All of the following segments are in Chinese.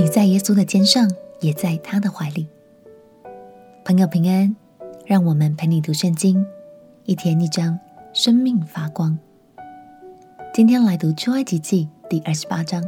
你在耶稣的肩上，也在他的怀里。朋友平安，让我们陪你读圣经，一天一章，生命发光。今天来读出埃及记第28章。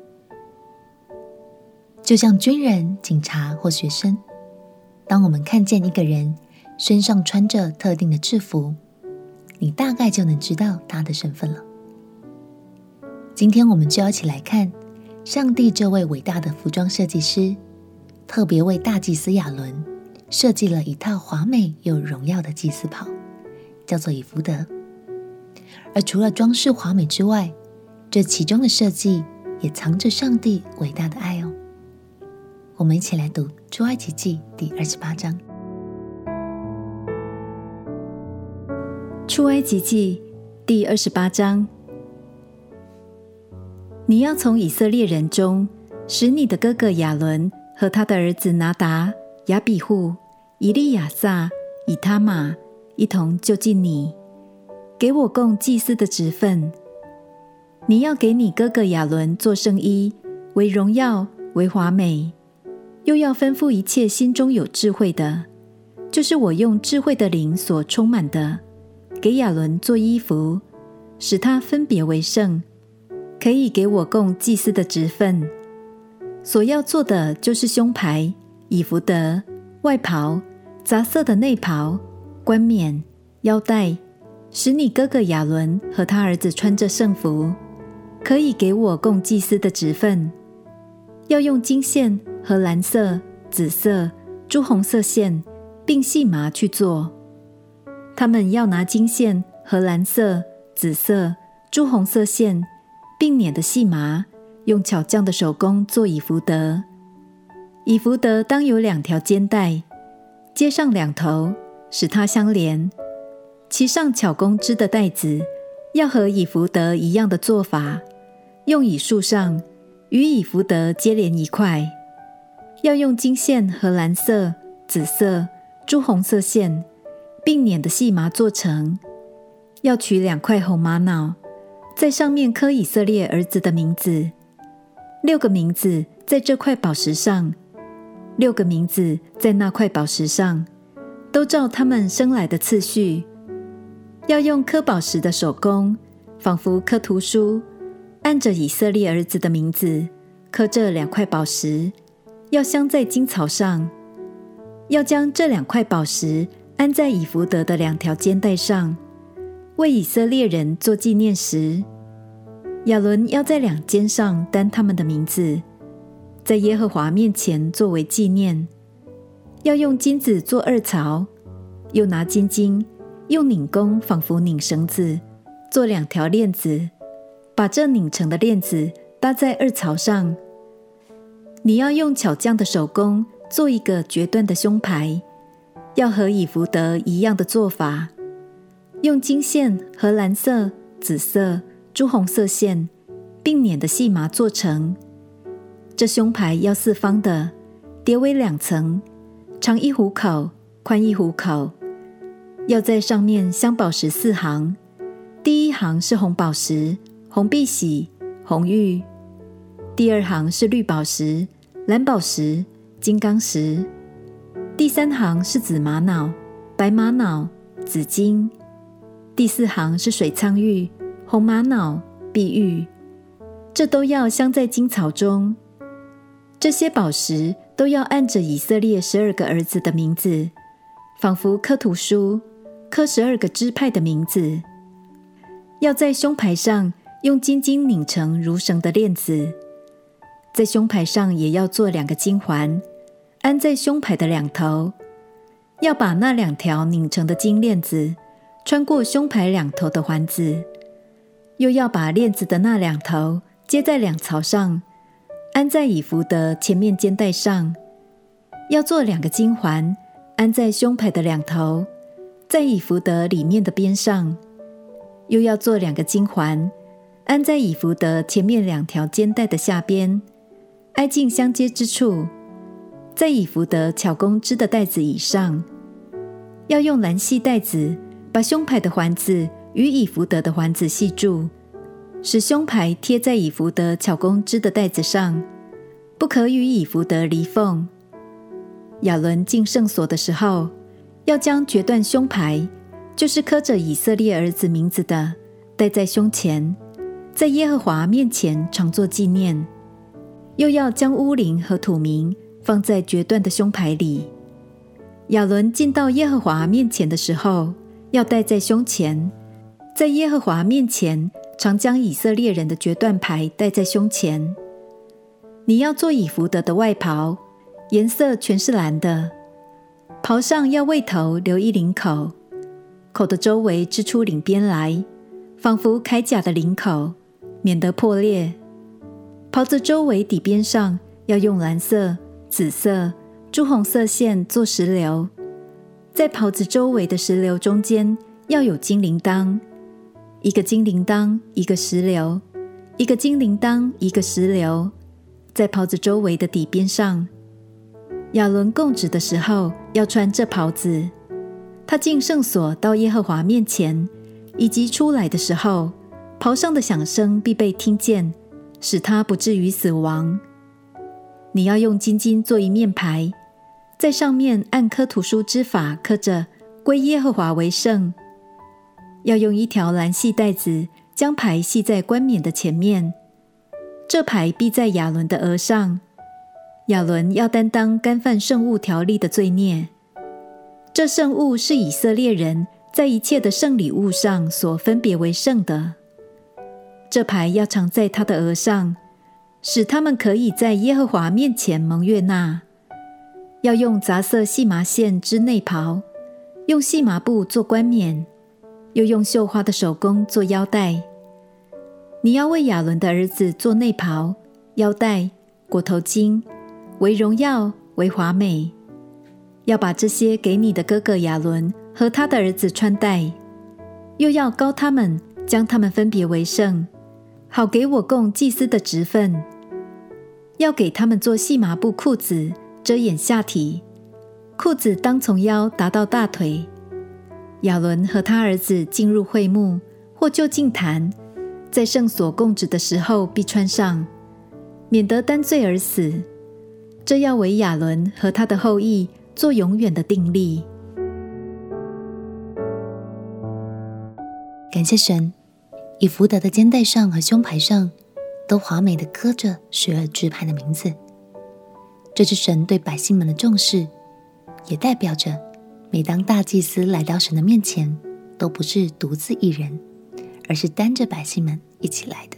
就像军人、警察或学生，当我们看见一个人身上穿着特定的制服，你大概就能知道他的身份了。今天我们就要一起来看上帝这位伟大的服装设计师，特别为大祭司亚伦设计了一套华美又荣耀的祭司袍，叫做以弗得。而除了装饰华美之外，这其中的设计也藏着上帝伟大的爱哦。我们一起来读出埃及记第28章。 出埃及记第28章。你要从以色列人中使你的哥哥亚伦和他的儿子拿达、亚比户、以利亚撒、以他玛一同就近你，给我供祭司的职分。你要给你哥哥亚伦做圣衣，为荣耀，为华美，又要吩咐一切心中有智慧的，就是我用智慧的灵所充满的，给亚伦做衣服，使他分别为圣，可以给我供祭司的职分。所要做的就是胸牌、以弗得、外袍、杂色的内袍、冠冕、腰带，使你哥哥亚伦和他儿子穿着圣服，可以给我供祭司的职分。要用金线和蓝色、紫色、朱红色线并细麻去做。他们要拿金线和蓝色、紫色、朱红色线并捻的细麻，用巧匠的手工做以弗得。以弗得当有2条肩带，接上2头，使它相连。其上巧工织的带子要和以弗得一样的做法，用以束上，与以弗得接连一块。要用金线和蓝色、紫色、朱红色线并捻的细麻做成。要取2块红玛瑙，在上面刻以色列儿子的名字，6个名字在这块宝石上，6个名字在那块宝石上，都照他们生来的次序。要用刻宝石的手工，仿佛刻图书，按着以色列儿子的名字刻这2块宝石，要镶在金槽上。要将这2块宝石安在以弗得的2条肩带上，为以色列人做纪念石。亚伦要在2肩上担他们的名字，在耶和华面前作为纪念。要用金子做2槽，又拿金筋，用拧弓仿佛拧绳子，做2条链子，把这拧成的链子搭在2槽上。你要用巧匠的手工做一个决断的胸牌，要和以弗得一样的做法，用金线和蓝色、紫色、朱红色线并捻的细麻做成。这胸牌要4方的，叠为2层，长1虎口，宽1虎口。要在上面镶宝石4行，第一行是红宝石、红碧玺、红玉；第2行是绿宝石、蓝宝石、金刚石；第3行是紫玛瑙、白玛瑙、紫金；第4行是水苍玉、红玛瑙、碧玉。这都要镶在金槽中。这些宝石都要按着以色列12个儿子的名字，仿佛刻图书，刻12个支派的名字。要在胸牌上用金筋拧成如绳的链子，在胸牌上也要做2个金环，安在胸牌的2头。要把那2条拧成的金链子穿过胸牌2头的环子，又要把链子的那2头接在2槽上，安在以弗得前面肩带上。要做2个金环，安在胸牌的2头，在以弗得里面的边上。又要做2个金环，安在以弗得前面2条肩带的下边，挨近相接之处，在以弗得巧工织的带子以上。要用蓝细带子把胸牌的环子与以弗得的环子系住，使胸牌贴在以弗得巧工织的带子上， 不可与以弗得离缝。亚伦进圣所的时候，要将决断胸牌，就是刻着以色列儿子名字的，戴在胸前，在耶和华面前常作纪念。又要将乌灵和土名放在决断的胸牌里。亚伦进到耶和华面前的时候，要戴在胸前，在耶和华面前常将以色列人的决断牌戴在胸前。你要做以弗得的外袍，颜色全是蓝的，袍上要为头留一领口，口的周围织出领边来，仿佛铠甲的领口，免得破裂。袍子周围底边上要用蓝色、紫色、朱红色线做石榴，在袍子周围的石榴中间要有金铃铛，一个金铃铛一个石榴，一个金铃铛一个石榴，在袍子周围的底边上。亚伦供职的时候要穿这袍子，他进圣所到耶和华面前，以及出来的时候，袍上的响声必被听见，使他不至于死亡。你要用金金做一面牌，在上面按刻图书之法刻着归耶和华为圣。要用一条蓝细带子将牌系在冠冕的前面，这牌必在亚伦的额上。亚伦要担当干犯圣物条例的罪孽。这圣物是以色列人在一切的圣礼物上所分别为圣的。这牌要常在他的额上，使他们可以在耶和华面前蒙悦纳。要用杂色细麻线织内袍，用细麻布做冠冕，又用绣花的手工做腰带。你要为亚伦的儿子做内袍、腰带、裹头巾，为荣耀，为华美。要把这些给你的哥哥亚伦和他的儿子穿戴，又要膏他们，将他们分别为圣，好给我供祭司的职分。要给他们做细麻布裤子，遮掩下体，裤子当从腰达到大腿。亚伦和他儿子进入会幕或就近坛，在圣所供职的时候必穿上，免得担罪而死。这要为亚伦和他的后裔做永远的定例。 感谢神，以弗得的肩带上和胸牌上都华美地刻着12支派的名字。这是神对百姓们的重视，也代表着每当大祭司来到神的面前，都不是独自一人，而是担着百姓们一起来的。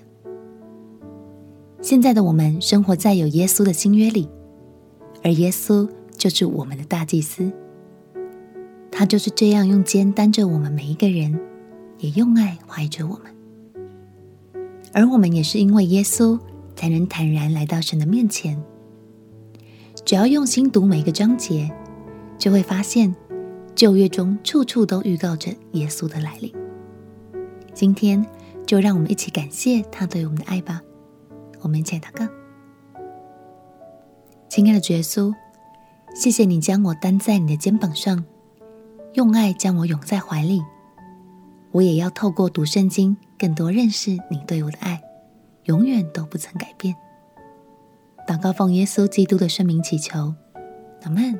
现在的我们生活在有耶稣的新约里，而耶稣就是我们的大祭司。他就是这样用肩担着我们每一个人，也用爱怀着我们。而我们也是因为耶稣才能坦然来到神的面前。只要用心读每个章节，就会发现旧约中处处都预告着耶稣的来临。今天就让我们一起感谢他对我们的爱吧。我们一起来祷告。亲爱的主耶稣，谢谢你将我担在你的肩膀上，用爱将我拥在怀里。我也要透过读圣经，更多认识你对我的爱，永远都不曾改变。祷告奉耶稣基督的圣名祈求，阿们。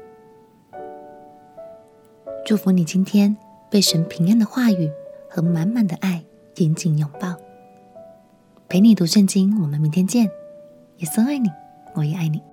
祝福你今天被神平安的话语和满满的爱紧紧拥抱。陪你读圣经，我们明天见。耶稣爱你，我也爱你。